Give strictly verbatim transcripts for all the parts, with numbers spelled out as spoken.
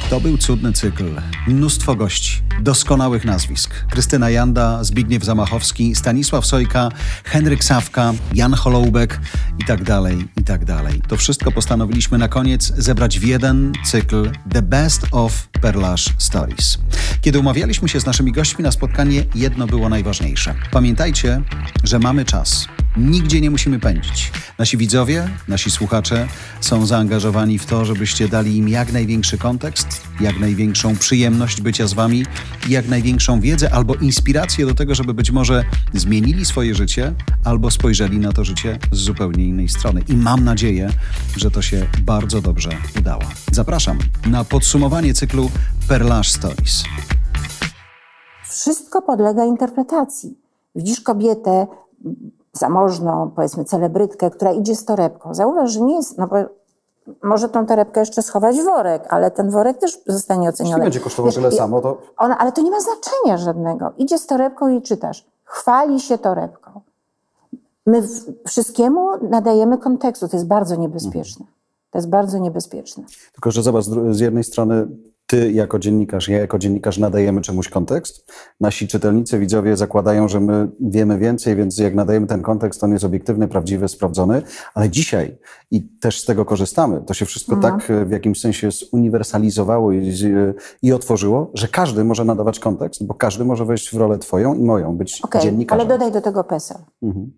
To był cudny cykl. Mnóstwo gości, doskonałych nazwisk. Krystyna Janda, Zbigniew Zamachowski, Stanisław Sojka, Henryk Sawka, Jan Holoubek i tak dalej, i tak dalej. To wszystko postanowiliśmy na koniec zebrać w jeden cykl The Best of Perlash Stories. Kiedy umawialiśmy się z naszymi gośćmi na spotkanie, jedno było najważniejsze. Pamiętajcie, że mamy czas. Nigdzie nie musimy pędzić. Nasi widzowie, nasi słuchacze są zaangażowani w to, żebyście dali im jak największy kontekst, jak największą przyjemność bycia z wami i jak największą wiedzę albo inspirację do tego, żeby być może zmienili swoje życie albo spojrzeli na to życie z zupełnie innej strony. I mam nadzieję, że to się bardzo dobrze udało. Zapraszam na podsumowanie cyklu Perlash Stories. Wszystko podlega interpretacji. Widzisz kobietę zamożną, powiedzmy celebrytkę, która idzie z torebką. Zauważ, że nie jest, no bo może tą torebkę jeszcze schować w worek, ale ten worek też zostanie oceniony. Jeśli będzie kosztował tyle samo, to... Ona, ale to nie ma znaczenia żadnego. Idzie z torebką i czytasz. Chwali się torebką. My wszystkiemu nadajemy kontekstu. To jest bardzo niebezpieczne. To jest bardzo niebezpieczne. Tylko że zobacz, z jednej strony ty jako dziennikarz, ja jako dziennikarz nadajemy czemuś kontekst. Nasi czytelnicy, widzowie zakładają, że my wiemy więcej, więc jak nadajemy ten kontekst, on jest obiektywny, prawdziwy, sprawdzony. Ale dzisiaj, i też z tego korzystamy, to się wszystko no. tak w jakimś sensie zuniwersalizowało i, i otworzyło, że każdy może nadawać kontekst, bo każdy może wejść w rolę twoją i moją, być okay, dziennikarzem. Ale dodaj do tego PESEL. Mhm.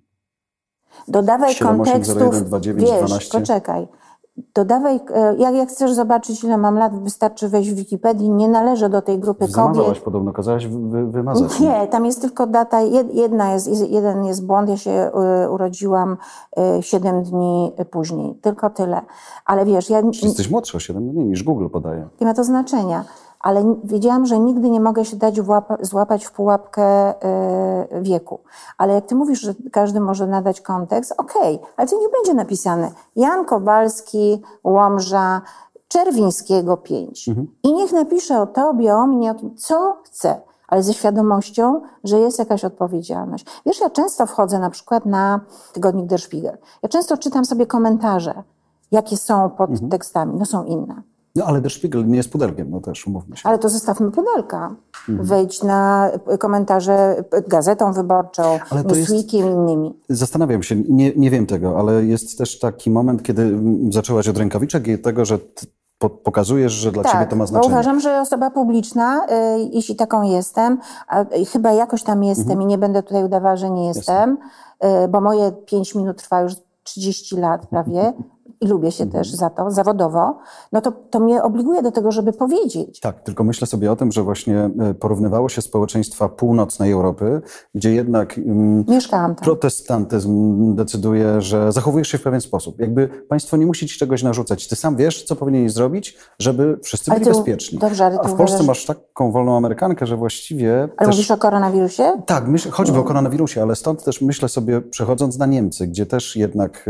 Dodawaj kontekstów, wiesz, poczekaj. Dodawaj, jak, jak chcesz zobaczyć, ile mam lat, wystarczy wejść w Wikipedii, nie należę do tej grupy kobiet. Zamazałaś podobno, kazałaś wy, wymazać. Nie, tam jest tylko data, jedna jest, jeden jest błąd, ja się urodziłam siedem dni później, tylko tyle. Ale wiesz, ja... Czyli jesteś młodsza o siedem dni niż Google podaje. Nie ma to znaczenia, ale wiedziałam, że nigdy nie mogę się dać włapa, złapać w pułapkę y, wieku. Ale jak ty mówisz, że każdy może nadać kontekst, okej, okay, ale to nie będzie napisane Jan Kowalski, Łomża, Czerwińskiego pięć. Mhm. I niech napisze o tobie, o mnie, o tym, co chce, ale ze świadomością, że jest jakaś odpowiedzialność. Wiesz, ja często wchodzę na przykład na tygodnik Der Spiegel. Ja często czytam sobie komentarze, jakie są pod mhm. tekstami. No są inne. No ale Der Spiegel nie jest pudelkiem, no też umówmy się. Ale to zostawmy pudelka. Mhm. Wejdź na komentarze Gazetą Wyborczą, Newsweekiem i innymi. Zastanawiam się, nie, nie wiem tego, ale jest też taki moment, kiedy zaczęłaś od rękawiczek i tego, że t- po, pokazujesz, że dla tak, ciebie to ma znaczenie. Bo uważam, że osoba publiczna, y, jeśli taką jestem, a y, chyba jakoś tam jestem mhm. i nie będę tutaj udawała, że nie jestem, y, bo moje pięć minut trwa już trzydzieści lat prawie, i lubię się mhm. też za to, zawodowo, no to, to mnie obliguje do tego, żeby powiedzieć. Tak, tylko myślę sobie o tym, że właśnie porównywało się społeczeństwa północnej Europy, gdzie jednak um, protestantyzm decyduje, że zachowujesz się w pewien sposób. Jakby państwo nie musi ci czegoś narzucać. Ty sam wiesz, co powinieneś zrobić, żeby wszyscy ale byli ty, bezpieczni. Dobrze, ale ty A w Polsce uważasz... masz taką wolną Amerykankę, że właściwie... Ale też... mówisz o koronawirusie? Tak, myśl, choćby no. o koronawirusie, ale stąd też myślę sobie, przechodząc na Niemcy, gdzie też jednak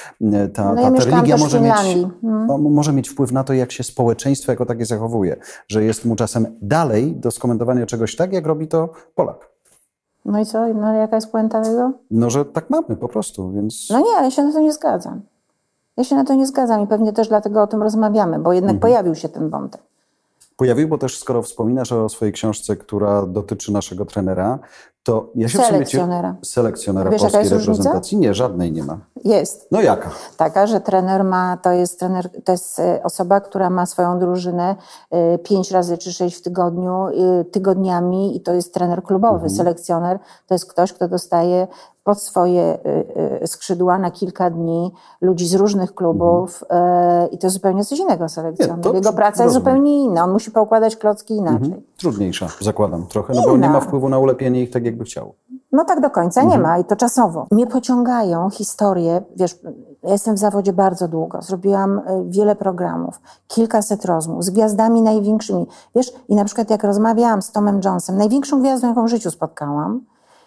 ta, no ja ta religia może mieć, hmm. może mieć wpływ na to, jak się społeczeństwo jako takie zachowuje. Że jest mu czasem dalej do skomentowania czegoś tak, jak robi to Polak. No i co? No jaka jest puenta tego? No, że tak mamy po prostu, więc... No nie, ja się na to nie zgadzam. Ja się na to nie zgadzam i pewnie też dlatego o tym rozmawiamy, bo jednak mhm. pojawił się ten wątek. Pojawił, bo też skoro wspominasz o swojej książce, która dotyczy naszego trenera, to ja się selekcjonera. W sumie selekcjonera Wiesz, polskiej jaka jest reprezentacji? różnica? Nie, żadnej nie ma. Jest. No jaka? Taka, że trener ma, to jest trener, to jest osoba, która ma swoją drużynę pięć razy czy sześć w tygodniu, tygodniami i to jest trener klubowy. Mhm. Selekcjoner to jest ktoś, kto dostaje pod swoje skrzydła na kilka dni ludzi z różnych klubów mhm. i to jest zupełnie coś innego selekcjoner. Nie, Jego praca rozumiem. jest zupełnie inna. On musi poukładać klocki inaczej. Mhm. Trudniejsza, zakładam trochę, no bo nie ma wpływu na ulepienie ich tak, jakby chciał. No tak do końca mhm. nie ma i to czasowo. Mnie pociągają historie, wiesz, ja jestem w zawodzie bardzo długo, zrobiłam wiele programów, kilkaset rozmów z gwiazdami największymi. Wiesz, i na przykład jak rozmawiałam z Tomem Jonesem, największą gwiazdą, jaką w życiu spotkałam,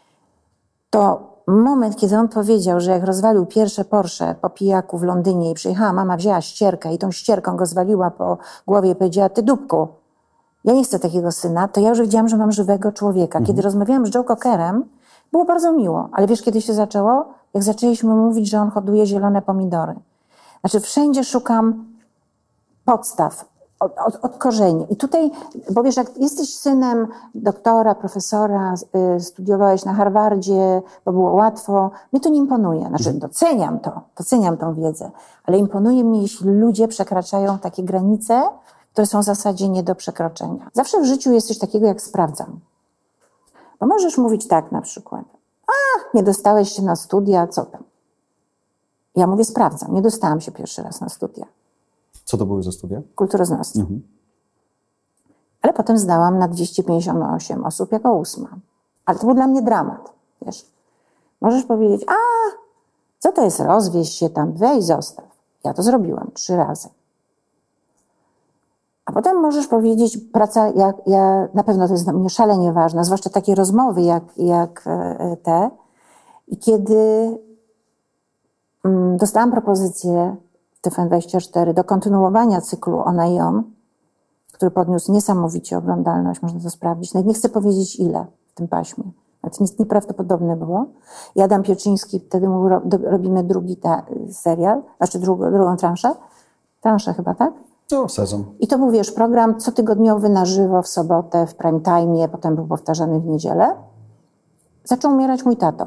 to moment, kiedy on powiedział, że jak rozwalił pierwsze Porsche po pijaku w Londynie i przyjechała mama, wzięła ścierkę i tą ścierką go zwaliła po głowie i powiedziała: ty dupku, ja nie chcę takiego syna, to ja już wiedziałam, że mam żywego człowieka. Kiedy mhm. rozmawiałam z Joe Cockerem, było bardzo miło. Ale wiesz, kiedy się zaczęło? Jak zaczęliśmy mówić, że on hoduje zielone pomidory. Znaczy wszędzie szukam podstaw. Od, od, od korzeni. I tutaj, bo wiesz, jak jesteś synem doktora, profesora, y, studiowałeś na Harvardzie, bo było łatwo, mnie to nie imponuje. Znaczy, doceniam to, doceniam tą wiedzę, ale imponuje mi, jeśli ludzie przekraczają takie granice, które są w zasadzie nie do przekroczenia. Zawsze w życiu jest coś takiego jak sprawdzam. Bo możesz mówić tak na przykład, a, nie dostałeś się na studia, co tam? Ja mówię, sprawdzam, nie dostałam się pierwszy raz na studia. Co to były za studia? Kulturoznawstwo. Mhm. Ale potem zdałam na dwieście pięćdziesiąt osiem osób jako ósma. Ale to był dla mnie dramat, wiesz. Możesz powiedzieć, a, co to jest, rozwieź się tam, weź, zostaw. Ja to zrobiłam trzy razy. A potem możesz powiedzieć, praca, jak, ja, na pewno to jest dla mnie szalenie ważne, zwłaszcza takie rozmowy jak, jak te. I kiedy mm, dostałam propozycję w T V N dwadzieścia cztery do kontynuowania cyklu Ona i on, który podniósł niesamowicie oglądalność, można to sprawdzić. Nawet nie chcę powiedzieć ile w tym paśmie. Ale to nic nieprawdopodobne było. I Adam Pieczyński, wtedy mu ro, do, robimy drugi ta, serial, znaczy drugą, drugą transzę. Transzę chyba, tak? No, sezon. I to był, wiesz, program cotygodniowy na żywo w sobotę, w prime time, potem był powtarzany w niedzielę. Zaczął umierać mój tato.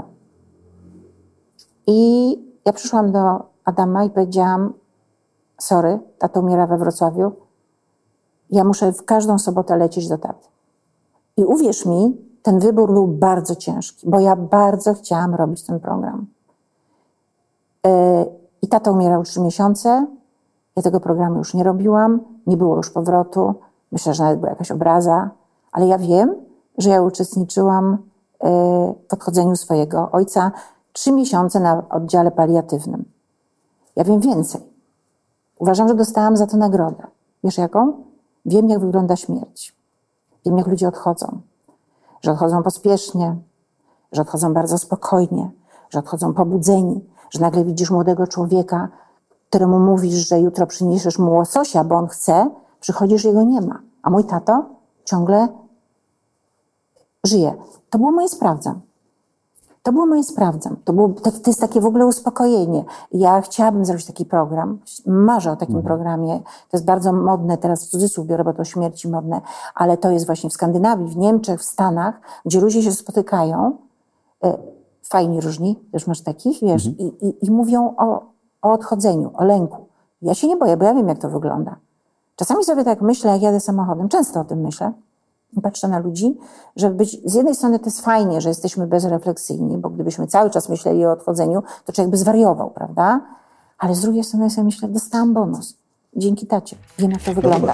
I ja przyszłam do Adama i powiedziałam, sorry, tato umiera we Wrocławiu. Ja muszę w każdą sobotę lecieć do taty. I uwierz mi, ten wybór był bardzo ciężki, bo ja bardzo chciałam robić ten program. Yy, I tato umierał trzy miesiące. Ja tego programu już nie robiłam, nie było już powrotu. Myślę, że nawet była jakaś obraza. Ale ja wiem, że ja uczestniczyłam w odchodzeniu swojego ojca trzy miesiące na oddziale paliatywnym. Ja wiem więcej. Uważam, że dostałam za to nagrodę. Wiesz jaką? Wiem, jak wygląda śmierć. Wiem, jak ludzie odchodzą. Że odchodzą pospiesznie, że odchodzą bardzo spokojnie, że odchodzą pobudzeni, że nagle widzisz młodego człowieka, któremu mówisz, że jutro przyniesiesz mu łososia, bo on chce, przychodzisz, jego nie ma. A mój tato ciągle żyje. To było moje sprawdzam. To było moje sprawdzam. To, było, to, to jest takie w ogóle uspokojenie. Ja chciałabym zrobić taki program. Marzę o takim mhm. programie. To jest bardzo modne, teraz w cudzysłów biorę, bo to śmierci modne, ale to jest właśnie w Skandynawii, w Niemczech, w Stanach, gdzie ludzie się spotykają, e, fajni różni, też masz takich, wiesz, mhm. i, i, i mówią o, o odchodzeniu, o lęku. Ja się nie boję, bo ja wiem, jak to wygląda. Czasami sobie tak myślę, jak jadę samochodem, często o tym myślę, i patrzę na ludzi, żeby być, z jednej strony to jest fajnie, że jesteśmy bezrefleksyjni, bo gdybyśmy cały czas myśleli o odchodzeniu, to człowiek by zwariował, prawda? Ale z drugiej strony sobie myślę, dostałam bonus. Dzięki tacie. Wiem, jak to wygląda.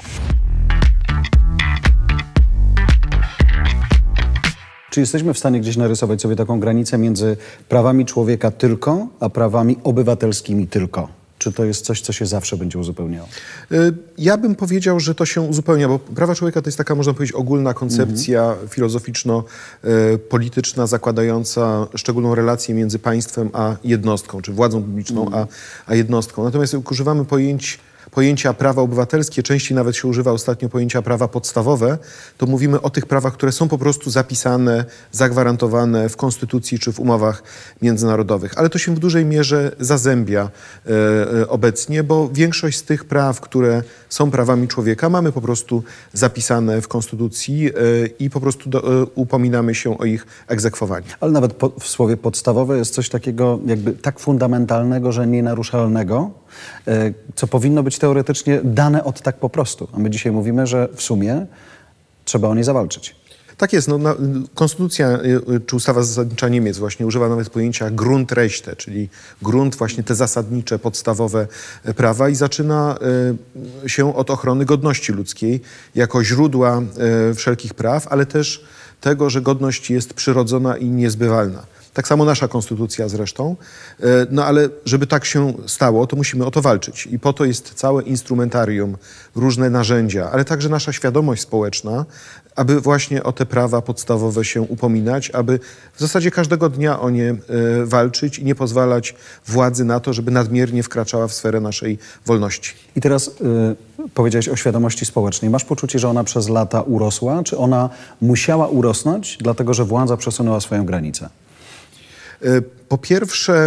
Czy jesteśmy w stanie gdzieś narysować sobie taką granicę między prawami człowieka tylko, a prawami obywatelskimi tylko? Czy to jest coś, co się zawsze będzie uzupełniało? Ja bym powiedział, że to się uzupełnia, bo prawa człowieka to jest taka, można powiedzieć, ogólna koncepcja mhm. filozoficzno-polityczna, zakładająca szczególną relację między państwem a jednostką, czy władzą publiczną mhm. a, a jednostką. Natomiast jak używamy pojęć pojęcia prawa obywatelskie, częściej nawet się używa ostatnio pojęcia prawa podstawowe, to mówimy o tych prawach, które są po prostu zapisane, zagwarantowane w konstytucji czy w umowach międzynarodowych. Ale to się w dużej mierze zazębia e, obecnie, bo większość z tych praw, które są prawami człowieka, mamy po prostu zapisane w konstytucji e, i po prostu do, e, upominamy się o ich egzekwowanie. Ale nawet po, w słowie podstawowe jest coś takiego jakby tak fundamentalnego, że nienaruszalnego, e, co powinno być teoretycznie dane od tak po prostu. A my dzisiaj mówimy, że w sumie trzeba o nie zawalczyć. Tak jest. No, na, konstytucja czy ustawa zasadnicza Niemiec właśnie używa nawet pojęcia Grundrechte, czyli grunt, właśnie te zasadnicze, podstawowe prawa i zaczyna y, się od ochrony godności ludzkiej jako źródła y, wszelkich praw, ale też tego, że godność jest przyrodzona i niezbywalna. Tak samo nasza konstytucja zresztą. No ale żeby tak się stało, to musimy o to walczyć. I po to jest całe instrumentarium, różne narzędzia, ale także nasza świadomość społeczna, aby właśnie o te prawa podstawowe się upominać, aby w zasadzie każdego dnia o nie y, walczyć i nie pozwalać władzy na to, żeby nadmiernie wkraczała w sferę naszej wolności. I teraz y, powiedziałeś o świadomości społecznej. Masz poczucie, że ona przez lata urosła, czy ona musiała urosnąć, dlatego że władza przesunęła swoją granicę? Po pierwsze,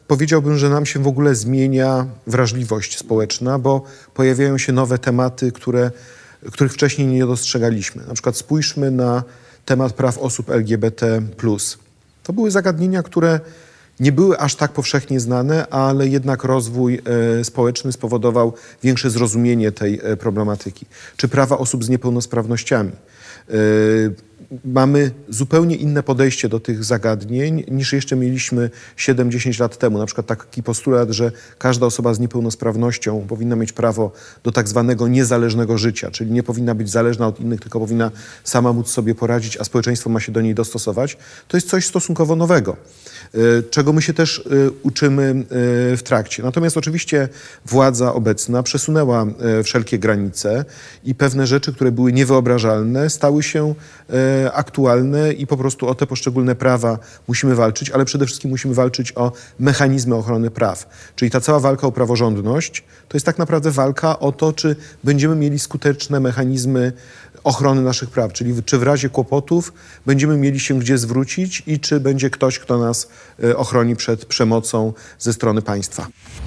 powiedziałbym, że nam się w ogóle zmienia wrażliwość społeczna, bo pojawiają się nowe tematy, które, których wcześniej nie dostrzegaliśmy. Na przykład spójrzmy na temat praw osób L G B T plus. To były zagadnienia, które nie były aż tak powszechnie znane, ale jednak rozwój e, społeczny spowodował większe zrozumienie tej e, problematyki. Czy prawa osób z niepełnosprawnościami. E, mamy zupełnie inne podejście do tych zagadnień niż jeszcze mieliśmy siedem dziesięć lat temu. Na przykład taki postulat, że każda osoba z niepełnosprawnością powinna mieć prawo do tak zwanego niezależnego życia, czyli nie powinna być zależna od innych, tylko powinna sama móc sobie poradzić, a społeczeństwo ma się do niej dostosować. To jest coś stosunkowo nowego, czego my się też uczymy w trakcie. Natomiast oczywiście władza obecna przesunęła wszelkie granice i pewne rzeczy, które były niewyobrażalne, stały się aktualne i po prostu o te poszczególne prawa musimy walczyć, ale przede wszystkim musimy walczyć o mechanizmy ochrony praw. Czyli ta cała walka o praworządność to jest tak naprawdę walka o to, czy będziemy mieli skuteczne mechanizmy ochrony naszych praw, czyli czy w razie kłopotów będziemy mieli się gdzie zwrócić i czy będzie ktoś, kto nas ochroni przed przemocą ze strony państwa.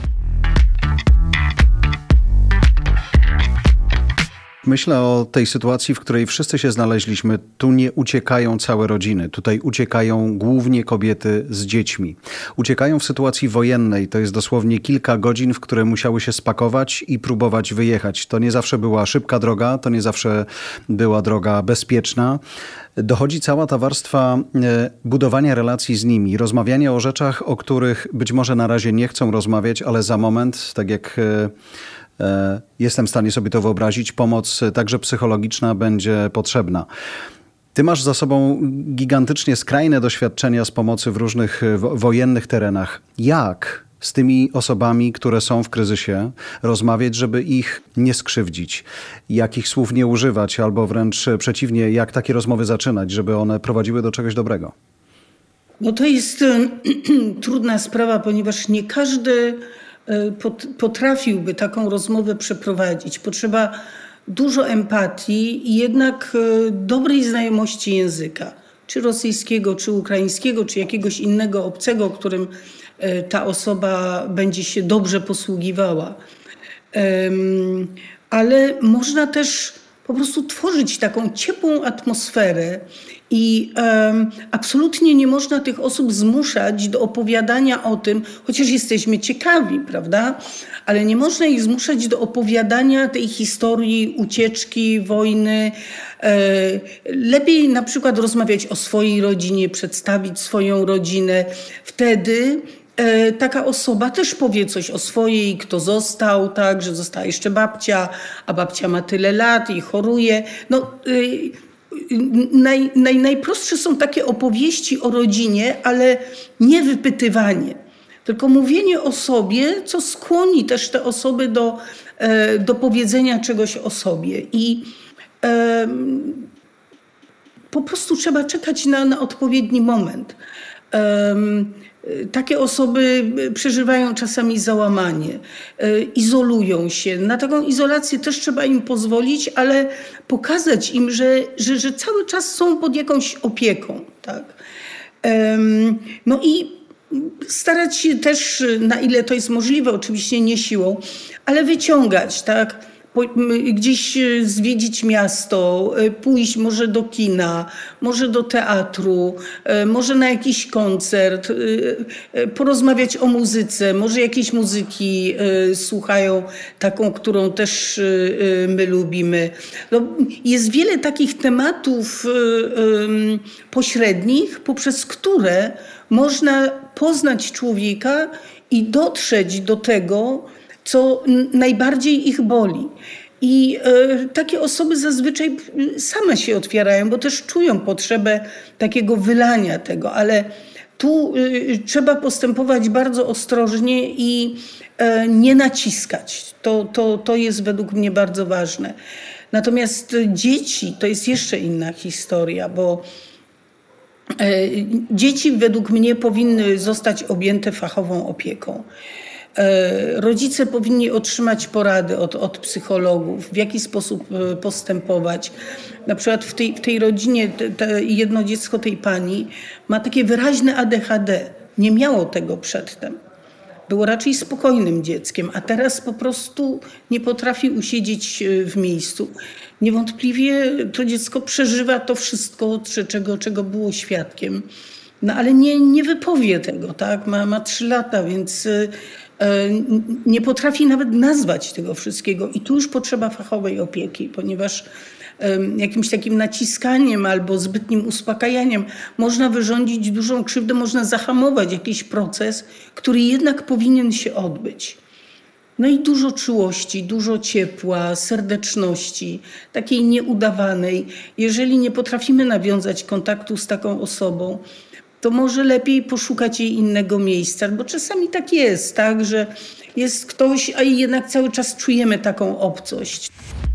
Myślę o tej sytuacji, w której wszyscy się znaleźliśmy. Tu nie uciekają całe rodziny. Tutaj uciekają głównie kobiety z dziećmi. Uciekają w sytuacji wojennej. To jest dosłownie kilka godzin, w które musiały się spakować i próbować wyjechać. To nie zawsze była szybka droga, to nie zawsze była droga bezpieczna. Dochodzi cała ta warstwa budowania relacji z nimi, rozmawiania o rzeczach, o których być może na razie nie chcą rozmawiać, ale za moment, tak jak jestem w stanie sobie to wyobrazić, pomoc także psychologiczna będzie potrzebna. Ty masz za sobą gigantycznie skrajne doświadczenia z pomocy w różnych wojennych terenach. Jak z tymi osobami, które są w kryzysie, rozmawiać, żeby ich nie skrzywdzić? Jakich słów nie używać, albo wręcz przeciwnie, jak takie rozmowy zaczynać, żeby one prowadziły do czegoś dobrego? No to jest trudna sprawa, ponieważ nie każdy potrafiłby taką rozmowę przeprowadzić. Potrzeba dużo empatii i jednak dobrej znajomości języka, czy rosyjskiego, czy ukraińskiego, czy jakiegoś innego obcego, którym ta osoba będzie się dobrze posługiwała. Ale można też po prostu tworzyć taką ciepłą atmosferę i um, absolutnie nie można tych osób zmuszać do opowiadania o tym, chociaż jesteśmy ciekawi, prawda? Ale nie można ich zmuszać do opowiadania tej historii ucieczki, wojny. E, lepiej na przykład rozmawiać o swojej rodzinie, przedstawić swoją rodzinę. Wtedy e, taka osoba też powie coś o swojej, kto został, tak, że została jeszcze babcia, a babcia ma tyle lat i choruje. No, e, Naj, naj, najprostsze są takie opowieści o rodzinie, ale nie wypytywanie, tylko mówienie o sobie, co skłoni też te osoby do, do powiedzenia czegoś o sobie. I e, po prostu trzeba czekać na, na odpowiedni moment. E, Takie osoby przeżywają czasami załamanie, izolują się. Na taką izolację też trzeba im pozwolić, ale pokazać im, że, że, że cały czas są pod jakąś opieką. Tak? No i starać się też, na ile to jest możliwe, oczywiście nie siłą, ale wyciągać, tak? Gdzieś zwiedzić miasto, pójść może do kina, może do teatru, może na jakiś koncert, porozmawiać o muzyce, może jakiejś muzyki słuchają, taką, którą też my lubimy. No, jest wiele takich tematów pośrednich, poprzez które można poznać człowieka i dotrzeć do tego, co najbardziej ich boli. I y, takie osoby zazwyczaj same się otwierają, bo też czują potrzebę takiego wylania tego, ale tu y, trzeba postępować bardzo ostrożnie i y, nie naciskać. To, to, to jest według mnie bardzo ważne. Natomiast dzieci to jest jeszcze inna historia, bo y, dzieci według mnie powinny zostać objęte fachową opieką. Rodzice powinni otrzymać porady od, od psychologów, w jaki sposób postępować. Na przykład w tej, w tej rodzinie te, te jedno dziecko tej pani ma takie wyraźne A D H D. Nie miało tego przedtem. było raczej spokojnym dzieckiem, a teraz po prostu nie potrafi usiedzieć w miejscu. Niewątpliwie to dziecko przeżywa to wszystko, czego, czego było świadkiem. No ale nie, nie wypowie tego, tak? Ma, ma trzy lata, więc y, y, nie potrafi nawet nazwać tego wszystkiego. I tu już potrzeba fachowej opieki, ponieważ y, jakimś takim naciskaniem albo zbytnim uspokajaniem można wyrządzić dużą krzywdę, można zahamować jakiś proces, który jednak powinien się odbyć. No i dużo czułości, dużo ciepła, serdeczności, takiej nieudawanej. Jeżeli nie potrafimy nawiązać kontaktu z taką osobą, to może lepiej poszukać jej innego miejsca, bo czasami tak jest, tak, że jest ktoś, a jednak cały czas czujemy taką obcość.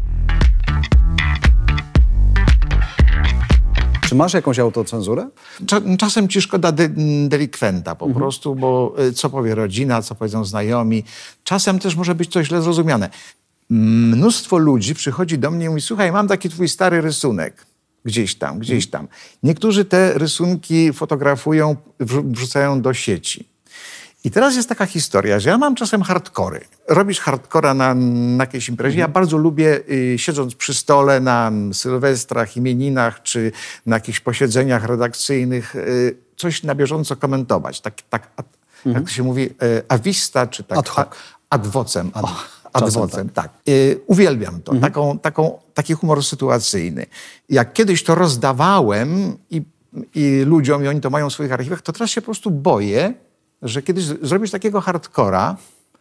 Czy masz jakąś autocenzurę? Czasem ci szkoda de- delikwenta po mhm. prostu, bo co powie rodzina, co powiedzą znajomi. Czasem też może być to źle zrozumiane. Mnóstwo ludzi przychodzi do mnie i mówi, słuchaj, mam taki twój stary rysunek. Gdzieś tam, gdzieś tam. Niektórzy te rysunki fotografują, wrzucają do sieci. I teraz jest taka historia, że ja mam czasem hardkory. Robisz hardkora na, na jakiejś imprezie. Ja bardzo lubię, y, siedząc przy stole na sylwestrach, imieninach, czy na jakichś posiedzeniach redakcyjnych, y, coś na bieżąco komentować. Tak, tak a, mhm. jak to się mówi, y, a vista, czy tak ad hoc. A, ad vocem. Ad, o, ad vocem, tak. tak. Y, uwielbiam to, mhm. taką, taką, taki humor sytuacyjny. Jak kiedyś to rozdawałem i, i ludziom, i oni to mają w swoich archiwach, to teraz się po prostu boję, że kiedy zrobisz takiego hardcora,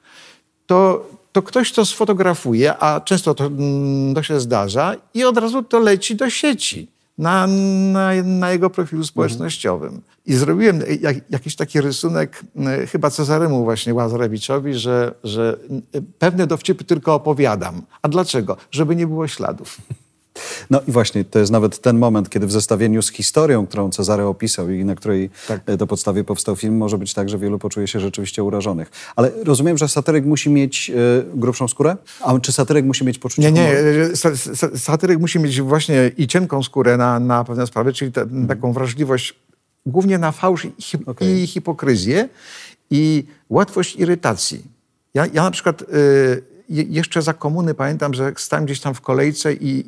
to, to ktoś to sfotografuje, a często to, to się zdarza i od razu to leci do sieci na, na, na jego profilu społecznościowym. Mhm. I zrobiłem jak, jakiś taki rysunek chyba Cezaremu właśnie Łazarewiczowi, że, że pewne dowcipy tylko opowiadam. A dlaczego? Żeby nie było śladów. No i właśnie, to jest nawet ten moment, kiedy w zestawieniu z historią, którą Cezary opisał i na której tak. do podstawie powstał film, może być tak, że wielu poczuje się rzeczywiście urażonych. Ale rozumiem, że satyryk musi mieć y, grubszą skórę? A czy satyryk musi mieć poczucie Nie, humoru? nie. Satyryk musi mieć właśnie i cienką skórę na, na pewne sprawy, czyli te, hmm. taką wrażliwość głównie na fałsz i, hi, okay. i hipokryzję i łatwość irytacji. Ja, ja na przykład... Y, Jeszcze za komuny pamiętam, że stałem gdzieś tam w kolejce i,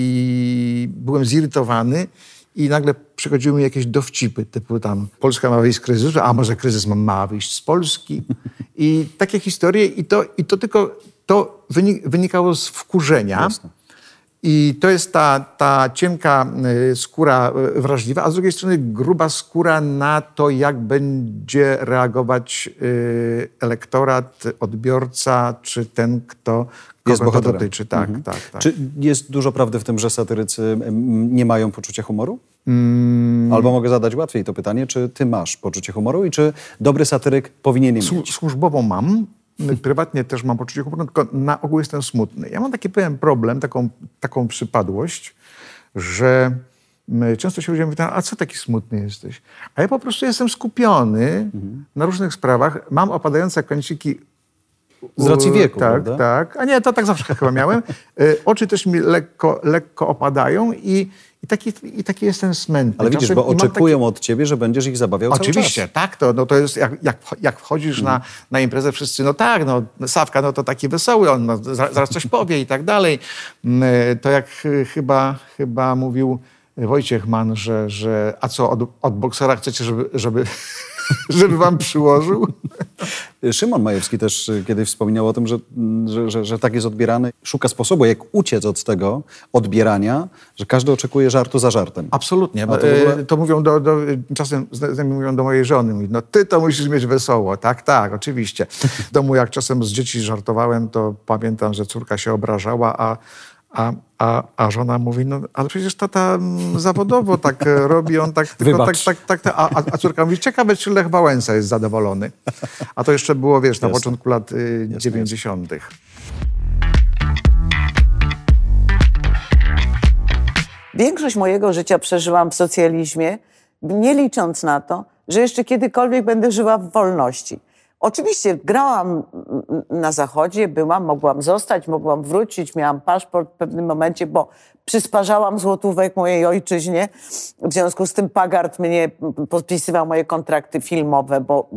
i byłem zirytowany i nagle przychodziły mi jakieś dowcipy, typu tam Polska ma wyjść z kryzysu, a może kryzys ma wyjść z Polski. I takie historie i to, i to tylko to wynikało z wkurzenia. Jasne. I to jest ta, ta cienka skóra wrażliwa, a z drugiej strony gruba skóra na to, jak będzie reagować elektorat, odbiorca, czy ten, kto jest kogo to bohaterem. dotyczy. Tak, mhm. tak, tak. Czy jest dużo prawdy w tym, że satyrycy nie mają poczucia humoru? Mm. Albo mogę zadać łatwiej to pytanie, czy ty masz poczucie humoru i czy dobry satyryk powinien je mieć? Służbowo mam. Prywatnie też mam poczucie humoru, tylko na ogół jestem smutny. Ja mam taki pewien problem, taką, taką przypadłość, że często się ludzie mówią, a co taki smutny jesteś? A ja po prostu jestem skupiony mhm. na różnych sprawach. Mam opadające kąciki. Z racji wieku, tak, prawda? Tak, a nie, to tak zawsze chyba miałem. Oczy też mi lekko, lekko opadają i, i, taki, i taki jestem smętny. Ale widzisz, Czasem, bo oczekują taki... od ciebie, że będziesz ich zabawiał cały czas. Oczywiście, tak. To, no, to jest jak, jak, jak wchodzisz mhm. na, na imprezę, wszyscy, no tak, no Sawka, no to taki wesoły, on no, zaraz coś powie i tak dalej. To jak chyba, chyba mówił Wojciech Mann, że, że a co, od, od boksera chcecie, żeby... żeby żeby wam przyłożył. Szymon Majewski też kiedyś wspominał o tym, że, że, że, że tak jest odbierany. Szuka sposobu, jak uciec od tego odbierania, że każdy oczekuje żartu za żartem. Absolutnie. To, ogóle... to mówią do, do, czasem z nami mówią do mojej żony. Mówi, no ty to musisz mieć wesoło. Tak, tak, oczywiście. W domu jak czasem z dzieci żartowałem, to pamiętam, że córka się obrażała, a A, a, a żona mówi, no ale przecież tata zawodowo tak robi, on tak tylko tak, tak, tak, tak, a, a córka mówi, ciekawe, czy Lech Wałęsa jest zadowolony. A to jeszcze było, wiesz, na jasne. początku lat y, dziewięćdziesiątych. Większość mojego życia przeżyłam w socjalizmie, nie licząc na to, że jeszcze kiedykolwiek będę żyła w wolności. Oczywiście grałam na Zachodzie, byłam, mogłam zostać, mogłam wrócić, miałam paszport w pewnym momencie, bo przysparzałam złotówek mojej ojczyźnie. W związku z tym Pagart mnie podpisywał moje kontrakty filmowe, bo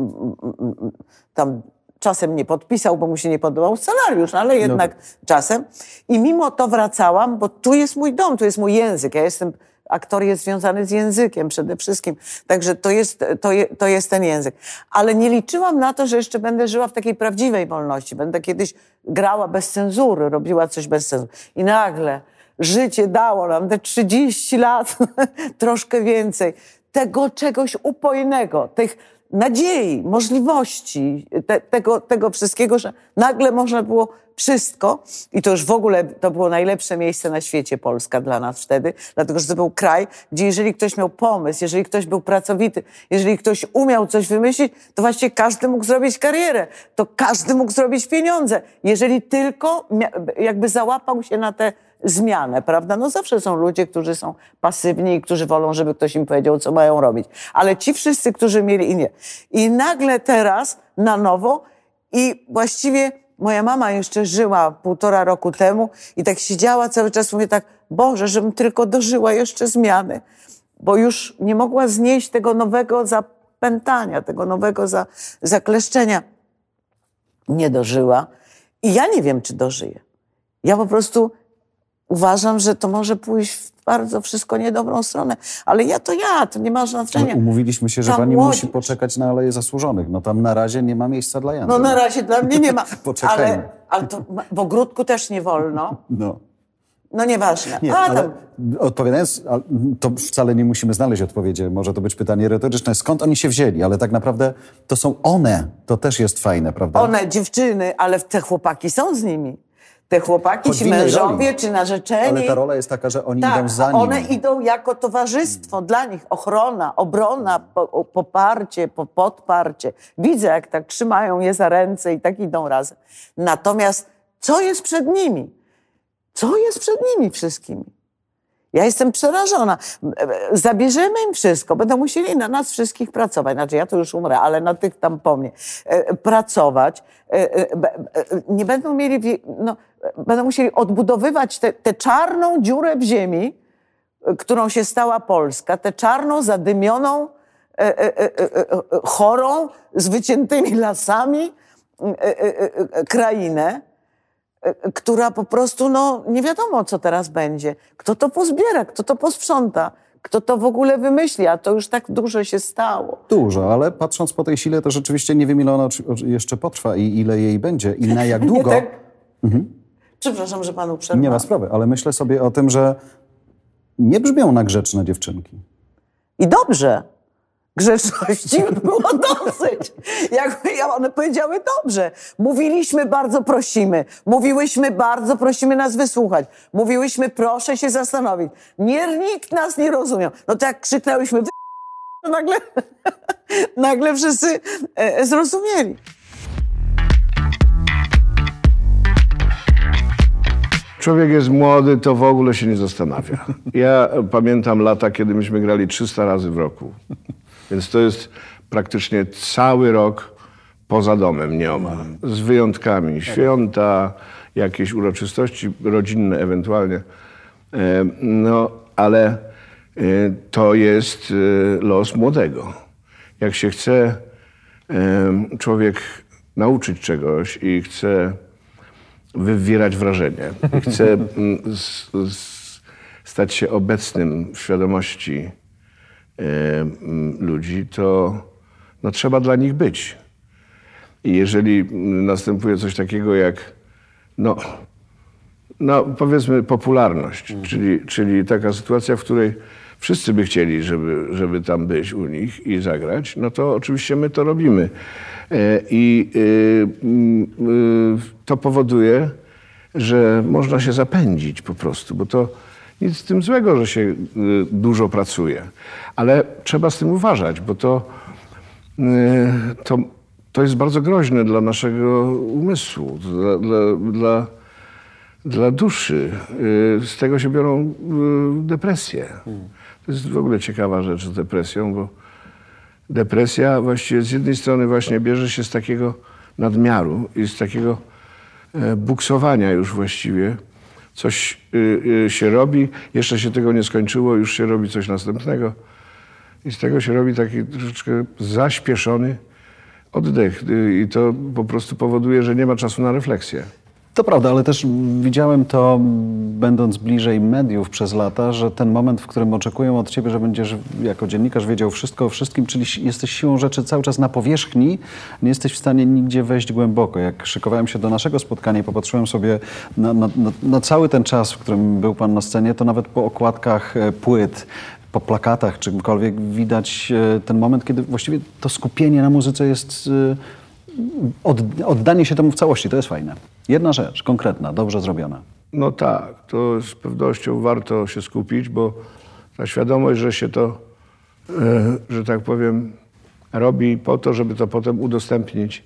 tam czasem nie podpisał, bo mu się nie podobał scenariusz, ale jednak no. czasem. I mimo to wracałam, bo tu jest mój dom, tu jest mój język. Ja jestem, aktor jest związany z językiem przede wszystkim. Także to jest, to, je, to jest ten język. Ale nie liczyłam na to, że jeszcze będę żyła w takiej prawdziwej wolności. Będę kiedyś grała bez cenzury, robiła coś bez cenzury. I nagle życie dało nam te trzydzieści lat, troszkę więcej, tego czegoś upojnego, tych nadziei, możliwości, te, tego, tego wszystkiego, że nagle można było wszystko i to już w ogóle to było najlepsze miejsce na świecie, Polska dla nas wtedy, dlatego że to był kraj, gdzie jeżeli ktoś miał pomysł, jeżeli ktoś był pracowity, jeżeli ktoś umiał coś wymyślić, to właściwie każdy mógł zrobić karierę, to każdy mógł zrobić pieniądze, jeżeli tylko jakby załapał się na tę zmianę, prawda? No zawsze są ludzie, którzy są pasywni i którzy wolą, żeby ktoś im powiedział, co mają robić. Ale ci wszyscy, którzy mieli i nie. I nagle teraz na nowo i właściwie moja mama jeszcze żyła półtora roku temu i tak siedziała cały czas, mówię tak, Boże, żebym tylko dożyła jeszcze zmiany, bo już nie mogła znieść tego nowego zapętania, tego nowego za, zakleszczenia. Nie dożyła i ja nie wiem, czy dożyję. Ja po prostu uważam, że to może pójść w bardzo wszystko niedobrą stronę. Ale ja to ja, to nie ma znaczenia. Ale umówiliśmy się, że Ta pani młodzież. musi poczekać na Aleję Zasłużonych. No tam na razie nie ma miejsca dla Jandy. No na razie dla mnie nie ma. Poczekajmy. Ale, ale to w ogródku też nie wolno. No. No nieważne. Nie, A, ale tam... odpowiadając, to wcale nie musimy znaleźć odpowiedzi. Może to być pytanie retoryczne. Skąd oni się wzięli? Ale tak naprawdę to są one. To też jest fajne, prawda? One, dziewczyny, ale te chłopaki są z nimi. Te chłopaki, Choć ci w innej mężowie, roli. czy narzeczeni. Ale ta rola jest taka, że oni tak, idą za nim. one idą jako towarzystwo dla nich. Ochrona, obrona, po, poparcie, po, podparcie. Widzę, jak tak trzymają je za ręce i tak idą razem. Natomiast co jest przed nimi? Co jest przed nimi wszystkimi? Ja jestem przerażona. Zabierzemy im wszystko. Będą musieli na nas wszystkich pracować. Znaczy, ja to już umrę, ale na tych tam po mnie. Pracować. Nie będą mieli... No, będą musieli odbudowywać tę czarną dziurę w ziemi, którą się stała Polska. Tę czarną, zadymioną, chorą, z wyciętymi lasami krainę, która po prostu, no nie wiadomo, co teraz będzie. Kto to pozbiera, kto to posprząta, kto to w ogóle wymyśli, a to już tak dużo się stało. Dużo, ale patrząc po tej sile, to rzeczywiście nie wiem, ile ona jeszcze potrwa i ile jej będzie i na jak długo. Nie tak? Mhm. Przepraszam, że panu przerwałam. Nie ma sprawy, ale myślę sobie o tym, że nie brzmią na grzeczne dziewczynki. I dobrze. Grzeczności było dosyć. Jak one powiedziały dobrze. Mówiliśmy, bardzo prosimy. Mówiłyśmy, bardzo prosimy nas wysłuchać. Mówiłyśmy, proszę się zastanowić. Nie, nikt nas nie rozumiał. No to jak krzyknęłyśmy, wy... to nagle, nagle wszyscy e, zrozumieli. Człowiek jest młody, to w ogóle się nie zastanawia. Ja pamiętam lata, kiedy myśmy grali trzysta razy w roku. Więc to jest praktycznie cały rok poza domem nieomal. Z wyjątkami. Święta, jakieś uroczystości rodzinne ewentualnie. No, ale to jest los młodego. Jak się chce człowiek nauczyć czegoś i chce wywierać wrażenie, i chce z, z, stać się obecnym w świadomości ludzi, to no, trzeba dla nich być. I jeżeli następuje coś takiego jak, no, no powiedzmy popularność, mhm. czyli, czyli taka sytuacja, w której wszyscy by chcieli, żeby, żeby tam być u nich i zagrać, no to oczywiście my to robimy. I to powoduje, że można się zapędzić po prostu, bo to nic z tym złego, że się dużo pracuje. Ale trzeba z tym uważać, bo to, to, to jest bardzo groźne dla naszego umysłu, dla, dla, dla, dla duszy. Z tego się biorą depresje. To jest w ogóle ciekawa rzecz z depresją, bo depresja właściwie z jednej strony właśnie bierze się z takiego nadmiaru i z takiego e, buksowania już właściwie. Coś y, y, się robi, jeszcze się tego nie skończyło, już się robi coś następnego. I z tego się robi taki troszeczkę zaśpieszony oddech. Y, I to po prostu powoduje, że nie ma czasu na refleksję. To prawda, ale też widziałem to, będąc bliżej mediów przez lata, że ten moment, w którym oczekują od ciebie, że będziesz jako dziennikarz wiedział wszystko o wszystkim, czyli jesteś siłą rzeczy cały czas na powierzchni, nie jesteś w stanie nigdzie wejść głęboko. Jak szykowałem się do naszego spotkania i popatrzyłem sobie na, na, na, na cały ten czas, w którym był pan na scenie, to nawet po okładkach płyt, po plakatach, czymkolwiek widać ten moment, kiedy właściwie to skupienie na muzyce jest... Od, oddanie się temu w całości, to jest fajne. Jedna rzecz, konkretna, dobrze zrobiona. No tak, to z pewnością warto się skupić, bo ta świadomość, że się to, e, że tak powiem, robi po to, żeby to potem udostępnić,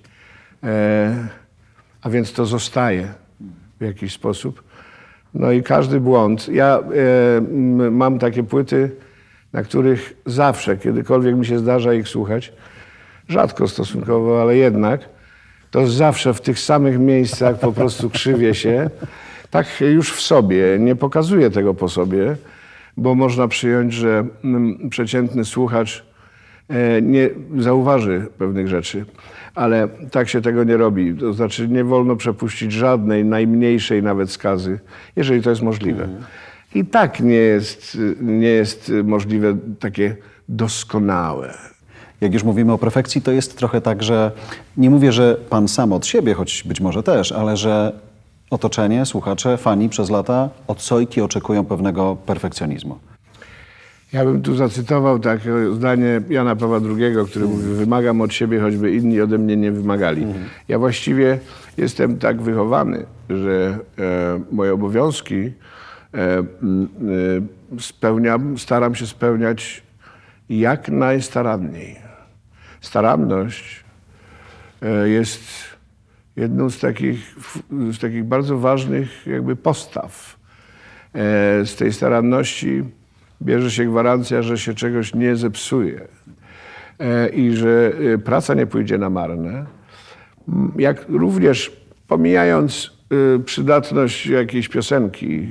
e, a więc to zostaje w jakiś sposób. No i każdy błąd. Ja e, mam takie płyty, na których zawsze, kiedykolwiek mi się zdarza ich słuchać, rzadko stosunkowo, ale jednak, to zawsze w tych samych miejscach po prostu krzywię się. Tak już w sobie, nie pokazuję tego po sobie, bo można przyjąć, że mm, przeciętny słuchacz e, nie zauważy pewnych rzeczy, ale tak się tego nie robi. To znaczy nie wolno przepuścić żadnej, najmniejszej nawet skazy, jeżeli to jest możliwe. Mhm. I tak nie jest, nie jest możliwe takie doskonałe. Jak już mówimy o perfekcji, to jest trochę tak, że nie mówię, że pan sam od siebie, choć być może też, ale że otoczenie, słuchacze, fani przez lata od Sojki oczekują pewnego perfekcjonizmu. Ja bym tu zacytował takie zdanie Jana Pawła drugiego, który mm. mówi, wymagam od siebie, choćby inni ode mnie nie wymagali. Mm. Ja właściwie jestem tak wychowany, że e, moje obowiązki e, e, spełniam, staram się spełniać jak najstaranniej. Staranność jest jedną z takich, z takich bardzo ważnych jakby postaw. Z tej staranności bierze się gwarancja, że się czegoś nie zepsuje i że praca nie pójdzie na marne. Jak również pomijając przydatność jakiejś piosenki,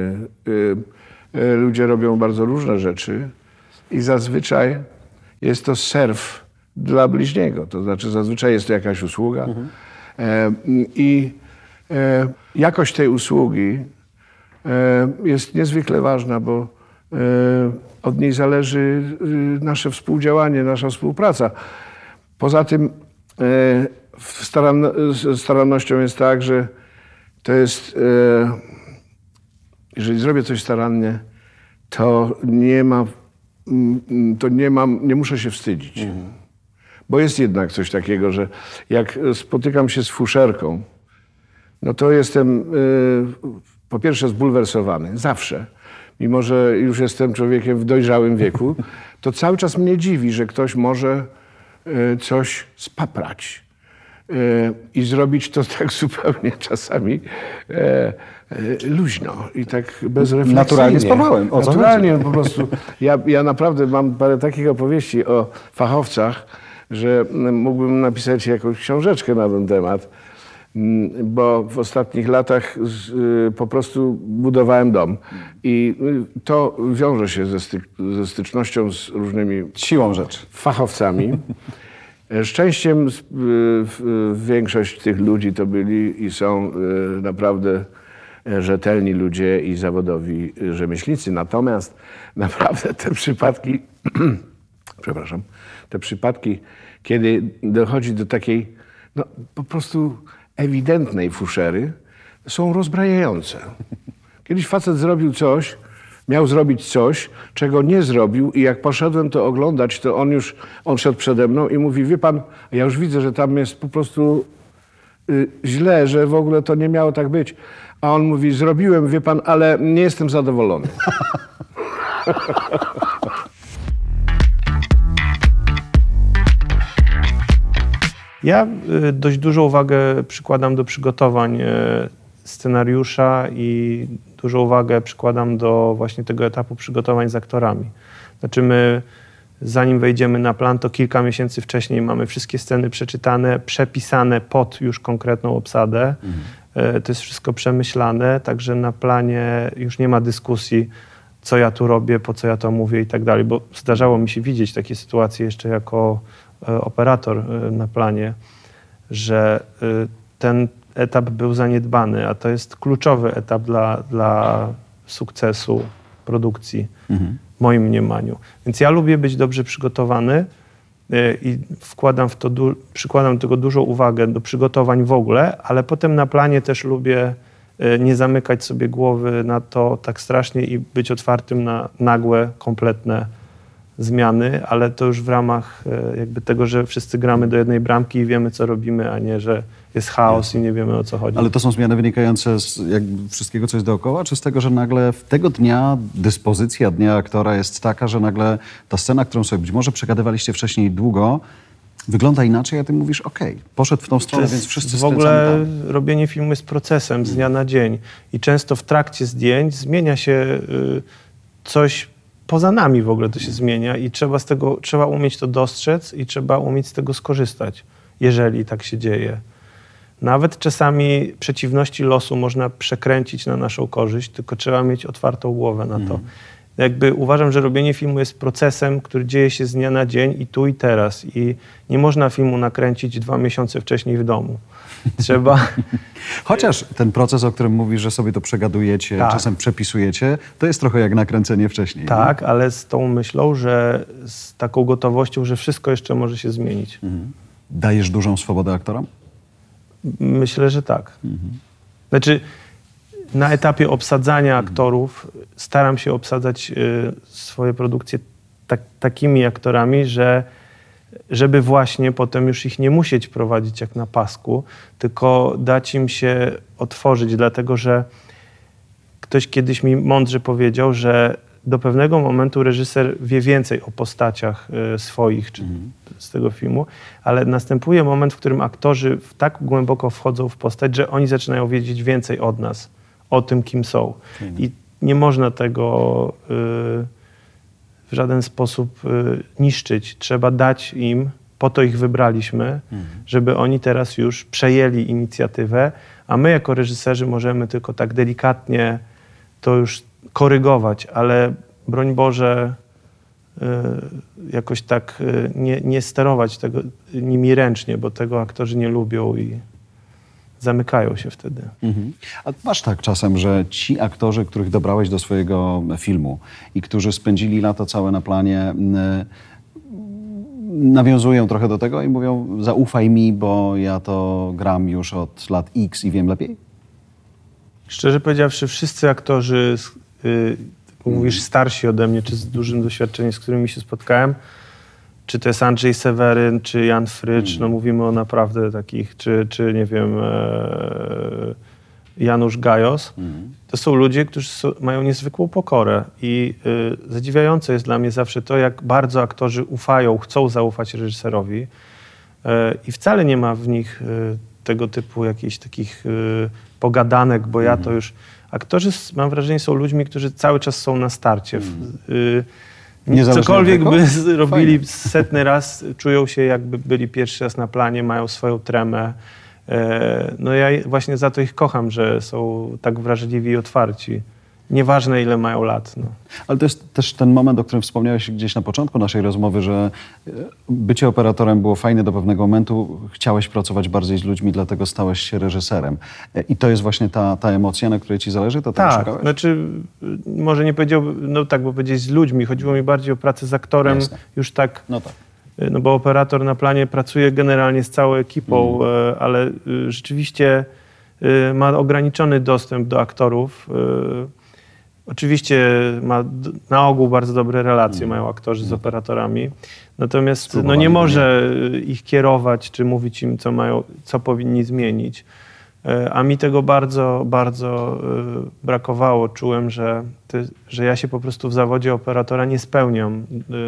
ludzie robią bardzo różne rzeczy i zazwyczaj jest to serw dla bliźniego, to znaczy zazwyczaj jest to jakaś usługa mhm. e, i e, jakość tej usługi e, jest niezwykle ważna, bo e, od niej zależy e, nasze współdziałanie, nasza współpraca. Poza tym e, staran, z starannością jest tak, że to jest, e, jeżeli zrobię coś starannie, to nie ma to nie mam, nie muszę się wstydzić. Mhm. Bo jest jednak coś takiego, że jak spotykam się z fuszerką, no to jestem y, po pierwsze zbulwersowany, zawsze. Mimo że już jestem człowiekiem w dojrzałym wieku, to cały czas mnie dziwi, że ktoś może y, coś spaprać. Y, I zrobić to tak zupełnie czasami y, luźno i tak bezrefleksyjnie. Naturalnie z Pawłem. O co Naturalnie po prostu. Ja, ja naprawdę mam parę takich opowieści o fachowcach, że mógłbym napisać jakąś książeczkę na ten temat, bo w ostatnich latach z, po prostu budowałem dom i to wiąże się ze, styk, ze stycznością z różnymi siłą rzeczy fachowcami. Szczęściem większość tych ludzi to byli i są naprawdę rzetelni ludzie i zawodowi rzemieślnicy. Natomiast naprawdę te przypadki, przepraszam, te przypadki, kiedy dochodzi do takiej no, po prostu ewidentnej fuszery, są rozbrajające. Kiedyś facet zrobił coś, miał zrobić coś, czego nie zrobił i jak poszedłem to oglądać, to on już, on szedł przede mną i mówi, wie pan, ja już widzę, że tam jest po prostu y, źle, że w ogóle to nie miało tak być. A on mówi, zrobiłem, wie pan, ale nie jestem zadowolony. Ja dość dużą uwagę przykładam do przygotowań scenariusza i dużą uwagę przykładam do właśnie tego etapu przygotowań z aktorami. Znaczy my zanim wejdziemy na plan, to kilka miesięcy wcześniej mamy wszystkie sceny przeczytane, przepisane pod już konkretną obsadę. Mhm. To jest wszystko przemyślane, także na planie już nie ma dyskusji, co ja tu robię, po co ja to mówię i tak dalej, bo zdarzało mi się widzieć takie sytuacje jeszcze jako operator na planie, że ten etap był zaniedbany, a to jest kluczowy etap dla, dla sukcesu produkcji, mhm. w moim mniemaniu. Więc ja lubię być dobrze przygotowany i wkładam w to, przykładam do tego dużą uwagę do przygotowań w ogóle, ale potem na planie też lubię nie zamykać sobie głowy na to tak strasznie i być otwartym na nagłe, kompletne zmiany, ale to już w ramach jakby tego, że wszyscy gramy do jednej bramki i wiemy, co robimy, a nie, że jest chaos i nie wiemy, o co chodzi. Ale to są zmiany wynikające z jakby wszystkiego, co jest dookoła, czy z tego, że nagle w tego dnia dyspozycja dnia aktora jest taka, że nagle ta scena, którą sobie być może przegadywaliście wcześniej długo, wygląda inaczej, a ty mówisz, okej, okay, poszedł w tą stronę, więc wszyscy w ogóle tam. Robienie filmu jest procesem z dnia na dzień i często w trakcie zdjęć zmienia się y, coś poza nami w ogóle to się zmienia i trzeba z tego, trzeba umieć to dostrzec i trzeba umieć z tego skorzystać, jeżeli tak się dzieje. Nawet czasami przeciwności losu można przekręcić na naszą korzyść, tylko trzeba mieć otwartą głowę na to. Mm. Jakby uważam, że robienie filmu jest procesem, który dzieje się z dnia na dzień i tu i teraz. I nie można filmu nakręcić dwa miesiące wcześniej w domu. Trzeba... Chociaż ten proces, o którym mówisz, że sobie to przegadujecie, tak. czasem przepisujecie, to jest trochę jak nakręcenie wcześniej. Tak, nie? ale z tą myślą, że z taką gotowością, że wszystko jeszcze może się zmienić. Mhm. Dajesz dużą swobodę aktorom? Myślę, że tak. Mhm. Znaczy, na etapie obsadzania aktorów staram się obsadzać y, swoje produkcje tak, takimi aktorami, że żeby właśnie potem już ich nie musieć prowadzić jak na pasku, tylko dać im się otworzyć, dlatego że ktoś kiedyś mi mądrze powiedział, że do pewnego momentu reżyser wie więcej o postaciach y, swoich czy mm. z tego filmu, ale następuje moment, w którym aktorzy tak głęboko wchodzą w postać, że oni zaczynają wiedzieć więcej od nas, o tym, kim są. Mm. I nie można tego y, w żaden sposób y, niszczyć. Trzeba dać im, po to ich wybraliśmy, mm. żeby oni teraz już przejęli inicjatywę, a my jako reżyserzy możemy tylko tak delikatnie to już korygować, ale broń Boże y, jakoś tak y, nie, nie sterować tego nimi ręcznie, bo tego aktorzy nie lubią i zamykają się wtedy. Mhm. A masz tak czasem, że ci aktorzy, których dobrałeś do swojego filmu i którzy spędzili lata całe na planie, y, nawiązują trochę do tego i mówią, zaufaj mi, bo ja to gram już od lat X i wiem lepiej? Szczerze powiedziawszy, wszyscy aktorzy, y, mówisz starsi ode mnie, czy z dużym doświadczeniem, z którymi się spotkałem, czy to jest Andrzej Seweryn, czy Jan Frycz, mm. no mówimy o naprawdę takich, czy, czy nie wiem, e, Janusz Gajos. Mm. To są ludzie, którzy są, mają niezwykłą pokorę i y, zadziwiające jest dla mnie zawsze to, jak bardzo aktorzy ufają, chcą zaufać reżyserowi y, i wcale nie ma w nich y, tego typu jakichś takich y, pogadanek, bo ja to już... Aktorzy, mam wrażenie, są ludźmi, którzy cały czas są na starcie. Mm. Y, Cokolwiek by robili Fajnie. setny raz, czują się jakby byli pierwszy raz na planie, mają swoją tremę. No ja właśnie za to ich kocham, że są tak wrażliwi i otwarci. Nieważne, ile mają lat. No. Ale to jest też ten moment, o którym wspomniałeś gdzieś na początku naszej rozmowy, że bycie operatorem było fajne do pewnego momentu. Chciałeś pracować bardziej z ludźmi, dlatego stałeś się reżyserem. I to jest właśnie ta, ta emocja, na której ci zależy? To tak, szukałeś? Znaczy może nie powiedziałbym, no tak, bo powiedzieć z ludźmi. Chodziło mi bardziej o pracę z aktorem. Jasne. Już tak... No tak. No bo operator na planie pracuje generalnie z całą ekipą, mm. ale rzeczywiście ma ograniczony dostęp do aktorów. Oczywiście ma na ogół bardzo dobre relacje, mają aktorzy z operatorami, natomiast no, nie może ich kierować, czy mówić im, co mają, co powinni zmienić. A mi tego bardzo, bardzo brakowało. Czułem, że, ty, że ja się po prostu w zawodzie operatora nie spełniam,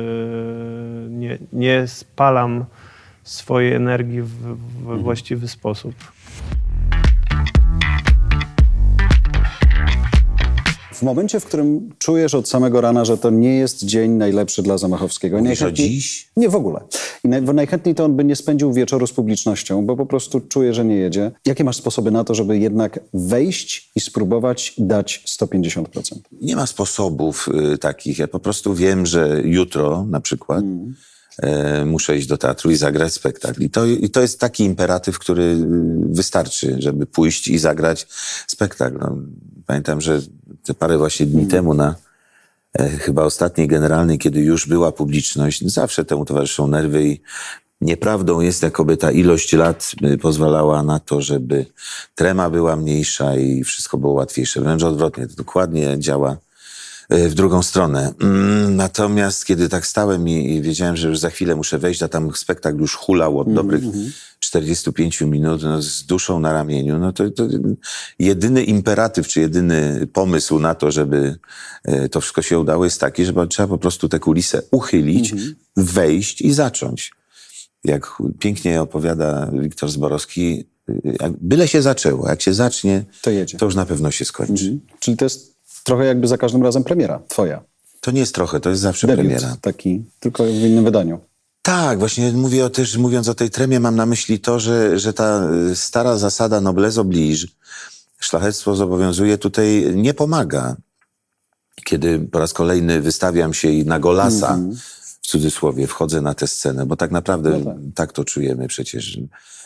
nie, nie spalam swojej energii w, w właściwy sposób. W momencie, w którym czujesz od samego rana, że to nie jest dzień najlepszy dla Zamachowskiego. Mówisz o dziś? Nie, w ogóle. I naj, najchętniej to on by nie spędził wieczoru z publicznością, bo po prostu czuje, że nie jedzie. Jakie masz sposoby na to, żeby jednak wejść i spróbować dać sto pięćdziesiąt procent? Nie ma sposobów y, takich. Ja po prostu wiem, że jutro na przykład mm. y, muszę iść do teatru i zagrać spektakl. I to, I to jest taki imperatyw, który y, wystarczy, żeby pójść i zagrać spektakl. No, pamiętam, że te parę właśnie dni mm. temu na e, chyba ostatniej generalnej, kiedy już była publiczność, zawsze temu towarzyszą nerwy i nieprawdą jest, jakoby ta ilość lat pozwalała na to, żeby trema była mniejsza i wszystko było łatwiejsze. Wręcz odwrotnie, to dokładnie działa w drugą stronę. Natomiast kiedy tak stałem i wiedziałem, że już za chwilę muszę wejść, a tam spektakl już hulał od dobrych mm-hmm. czterdziestu pięciu minut no, z duszą na ramieniu, no to, to jedyny imperatyw, czy jedyny pomysł na to, żeby to wszystko się udało jest taki, że trzeba po prostu tę kulisę uchylić, mm-hmm. wejść i zacząć. Jak pięknie opowiada Wiktor Zborowski, byle się zaczęło. Jak się zacznie, to, jedzie. To już na pewno się skończy. Mhm. Czyli to jest trochę jakby za każdym razem premiera twoja. To nie jest trochę, to jest zawsze Debiut premiera. Taki, tylko w innym wydaniu. Tak, właśnie mówię o też, mówiąc o tej tremie, mam na myśli to, że, że ta stara zasada noblesse oblige, szlachectwo zobowiązuje, tutaj nie pomaga. Kiedy po raz kolejny wystawiam się i na golasa, mm-hmm. w cudzysłowie, wchodzę na tę scenę, bo tak naprawdę no tak. tak to czujemy przecież.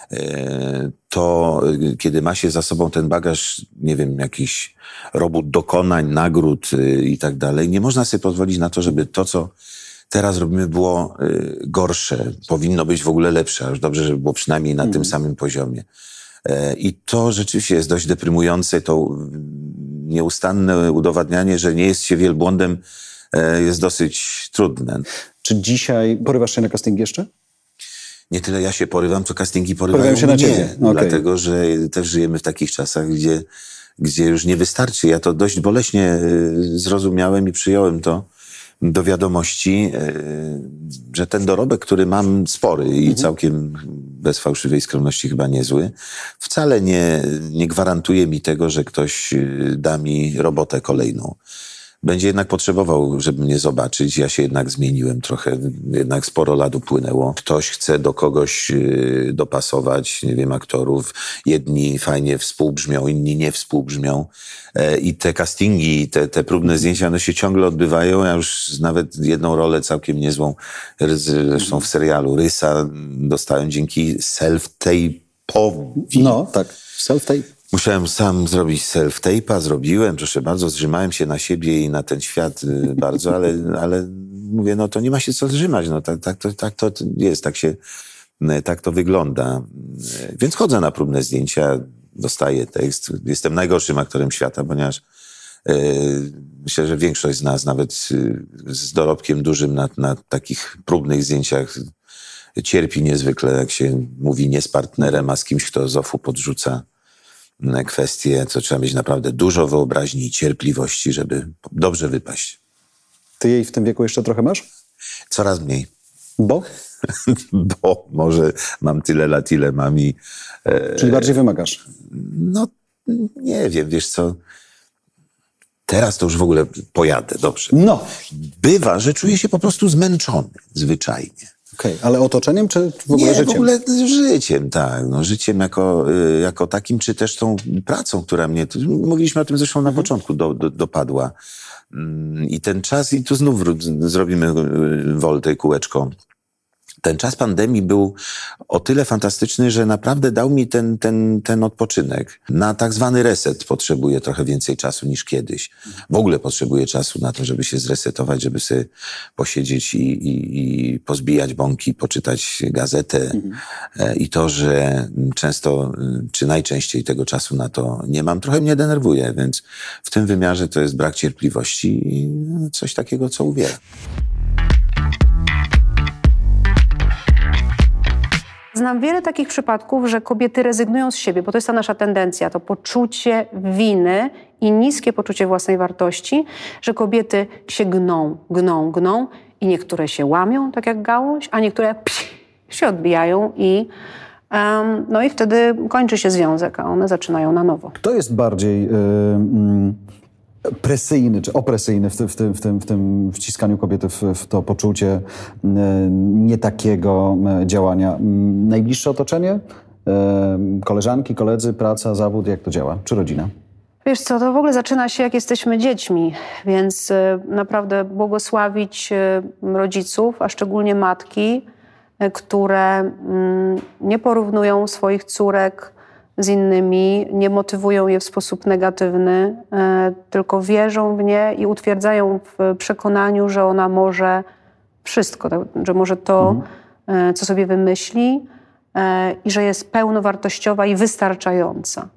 To kiedy ma się za sobą ten bagaż, nie wiem, jakiś robót dokonań, nagród i tak dalej, nie można sobie pozwolić na to, żeby to, co teraz robimy, było gorsze. Powinno być w ogóle lepsze, a już dobrze, żeby było przynajmniej na mm. tym samym poziomie. I to rzeczywiście jest dość deprymujące, to nieustanne udowadnianie, że nie jest się wielbłądem, jest dosyć trudne. Czy dzisiaj porywasz się na casting jeszcze? Nie tyle ja się porywam, co castingi porywają Porywają się na mnie. ciebie. Okay. Dlatego, że też żyjemy w takich czasach, gdzie, gdzie już nie wystarczy. Ja to dość boleśnie zrozumiałem i przyjąłem to do wiadomości, że ten dorobek, który mam spory i mhm. całkiem bez fałszywej skromności chyba niezły, wcale nie, nie gwarantuje mi tego, że ktoś da mi robotę kolejną. Będzie jednak potrzebował, żeby mnie zobaczyć. Ja się jednak zmieniłem trochę, jednak sporo lat upłynęło. Ktoś chce do kogoś dopasować, nie wiem, aktorów. Jedni fajnie współbrzmią, inni nie współbrzmią. I te castingi, te, te próbne zdjęcia, one się ciągle odbywają. Ja już nawet jedną rolę całkiem niezłą, zresztą w serialu Rysa, dostałem dzięki self-tape'owi. No, tak, self-tape. Musiałem sam zrobić self-tape'a, zrobiłem, proszę bardzo, zrzymałem się na siebie i na ten świat bardzo, ale, ale mówię, no to nie ma się co zrzymać, no tak, tak, to, tak to jest, tak się, tak to wygląda. Więc chodzę na próbne zdjęcia, dostaję tekst. Jestem najgorszym aktorem świata, ponieważ yy, myślę, że większość z nas, nawet yy, z dorobkiem dużym na, na takich próbnych zdjęciach cierpi niezwykle, jak się mówi nie z partnerem, a z kimś, kto z ofu podrzuca kwestie, co trzeba mieć naprawdę dużo wyobraźni i cierpliwości, żeby dobrze wypaść. Ty jej w tym wieku jeszcze trochę masz? Coraz mniej. Bo? Bo może mam tyle lat, ile mam i... E, Czyli bardziej wymagasz? No, nie wiem, wiesz co... Teraz to już w ogóle pojadę, dobrze. No. Bywa, że czuję się po prostu zmęczony, zwyczajnie. Okej, okay. Ale otoczeniem, czy w ogóle nie, życiem? Nie, w ogóle życiem, tak. No, życiem jako, jako takim, czy też tą pracą, która mnie... Mówiliśmy o tym zresztą na początku, do, do, dopadła. I ten czas, i tu znów zrobimy woltę i kółeczko. Ten czas pandemii był o tyle fantastyczny, że naprawdę dał mi ten, ten, ten odpoczynek. Na tak zwany reset potrzebuję trochę więcej czasu niż kiedyś. W ogóle potrzebuję czasu na to, żeby się zresetować, żeby sobie posiedzieć i, i, i pozbijać bąki, poczytać gazetę. Mhm. I to, że często, czy najczęściej tego czasu na to nie mam, trochę mnie denerwuje, więc w tym wymiarze to jest brak cierpliwości i coś takiego, co uwiera. Znam wiele takich przypadków, że kobiety rezygnują z siebie, bo to jest ta nasza tendencja, to poczucie winy i niskie poczucie własnej wartości, że kobiety się gną, gną, gną i niektóre się łamią, tak jak gałąź, a niektóre psi, się odbijają i um, no i wtedy kończy się związek, a one zaczynają na nowo. Kto jest bardziej yy, presyjny czy opresyjny w tym, w tym, w tym, w tym wciskaniu kobiety w, w to poczucie nie takiego działania. Najbliższe otoczenie? Koleżanki, koledzy, praca, zawód, jak to działa? Czy rodzina? Wiesz co, to w ogóle zaczyna się, jak jesteśmy dziećmi, więc naprawdę błogosławić rodziców, a szczególnie matki, które nie porównują swoich córek z innymi, nie motywują je w sposób negatywny, tylko wierzą w nie i utwierdzają w przekonaniu, że ona może wszystko, że może to, mhm. co sobie wymyśli i że jest pełnowartościowa i wystarczająca.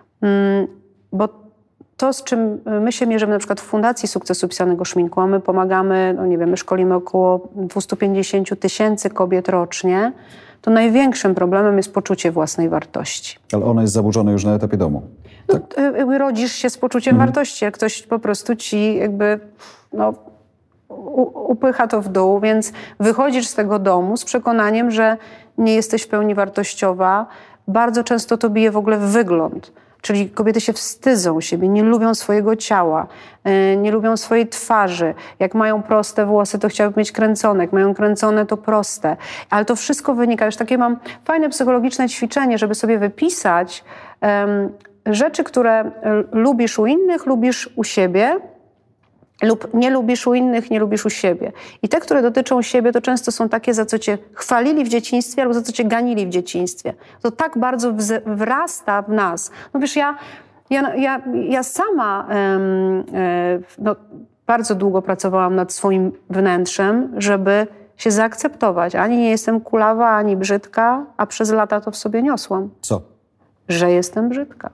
Bo to, z czym my się mierzymy na przykład w Fundacji Sukcesu Pisanego Szminku, a my pomagamy, no nie wiem, my szkolimy około dwieście pięćdziesiąt tysięcy kobiet rocznie, to największym problemem jest poczucie własnej wartości. Ale ono jest zaburzone już na etapie domu. Tak? No, rodzisz się z poczuciem mhm. wartości, jak ktoś po prostu ci jakby no, u, upycha to w dół, więc wychodzisz z tego domu z przekonaniem, że nie jesteś w pełni wartościowa. Bardzo często to bije w ogóle w wygląd. Czyli kobiety się wstydzą siebie, nie lubią swojego ciała, nie lubią swojej twarzy. Jak mają proste włosy, to chciałyby mieć kręcone. Jak mają kręcone, to proste. Ale to wszystko wynika, już takie mam fajne psychologiczne ćwiczenie, żeby sobie wypisać um, rzeczy, które lubisz u innych, lubisz u siebie, lub nie lubisz u innych, nie lubisz u siebie. I te, które dotyczą siebie, to często są takie, za co cię chwalili w dzieciństwie albo za co cię ganili w dzieciństwie. To tak bardzo wrasta w nas. No wiesz, ja, ja, ja, ja sama um, no, bardzo długo pracowałam nad swoim wnętrzem, żeby się zaakceptować. Ani nie jestem kulawa, ani brzydka, a przez lata to w sobie niosłam. Co? Że jestem brzydka.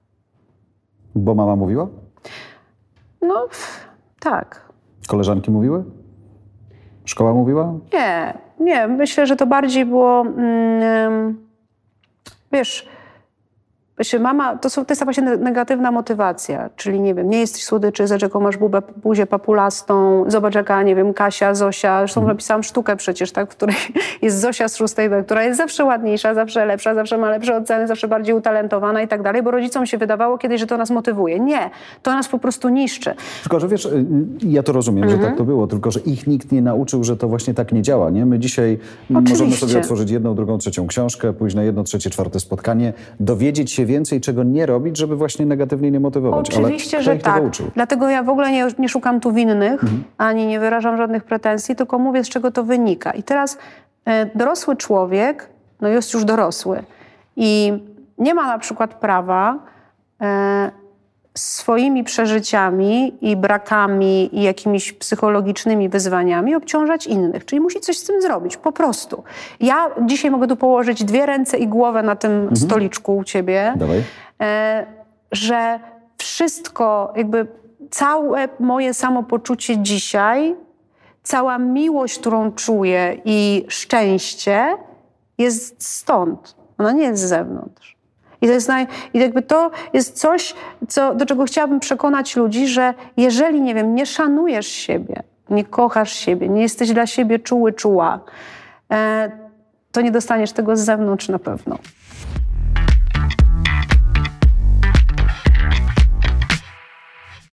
Bo mama mówiła? No... Tak. Koleżanki mówiły? Szkoła mówiła? Nie, nie. Myślę, że to bardziej było, mm, wiesz, wiesz, mama, to, są, to jest właśnie negatywna motywacja, czyli nie wiem, nie jesteś słodyczy, zobacz jaką masz bubę, buzię papulastą, zobacz jaka, nie wiem, Kasia, Zosia, zresztą hmm. napisałam sztukę przecież, tak, w której jest Zosia z szóstej B, która jest zawsze ładniejsza, zawsze lepsza, zawsze ma lepsze oceny, zawsze bardziej utalentowana i tak dalej, bo rodzicom się wydawało kiedyś, że to nas motywuje. Nie, to nas po prostu niszczy. Tylko, że wiesz, ja to rozumiem, mhm. że tak to było, tylko, że ich nikt nie nauczył, że to właśnie tak nie działa, nie? My dzisiaj Oczywiście. możemy sobie otworzyć jedną, drugą, trzecią książkę, pójść na jedno, trzecie, czwarte spotkanie, dowiedzieć się więcej, czego nie robić, żeby właśnie negatywnie nie motywować. Oczywiście, ale że tak. Dlatego ja w ogóle nie, nie szukam tu winnych, mhm. ani nie wyrażam żadnych pretensji, tylko mówię, z czego to wynika. I teraz e, dorosły człowiek, no jest już dorosły i nie ma na przykład prawa e, swoimi przeżyciami i brakami i jakimiś psychologicznymi wyzwaniami obciążać innych. Czyli musi coś z tym zrobić, po prostu. Ja dzisiaj mogę tu położyć dwie ręce i głowę na tym mhm. stoliczku u ciebie, e, że wszystko, jakby całe moje samopoczucie dzisiaj, cała miłość, którą czuję i szczęście jest stąd. Ona nie jest z zewnątrz. I to jest, naj... I jakby to jest coś, co, do czego chciałabym przekonać ludzi, że jeżeli, nie wiem, nie szanujesz siebie, nie kochasz siebie, nie jesteś dla siebie czuły, czuła, e, to nie dostaniesz tego z zewnątrz na pewno.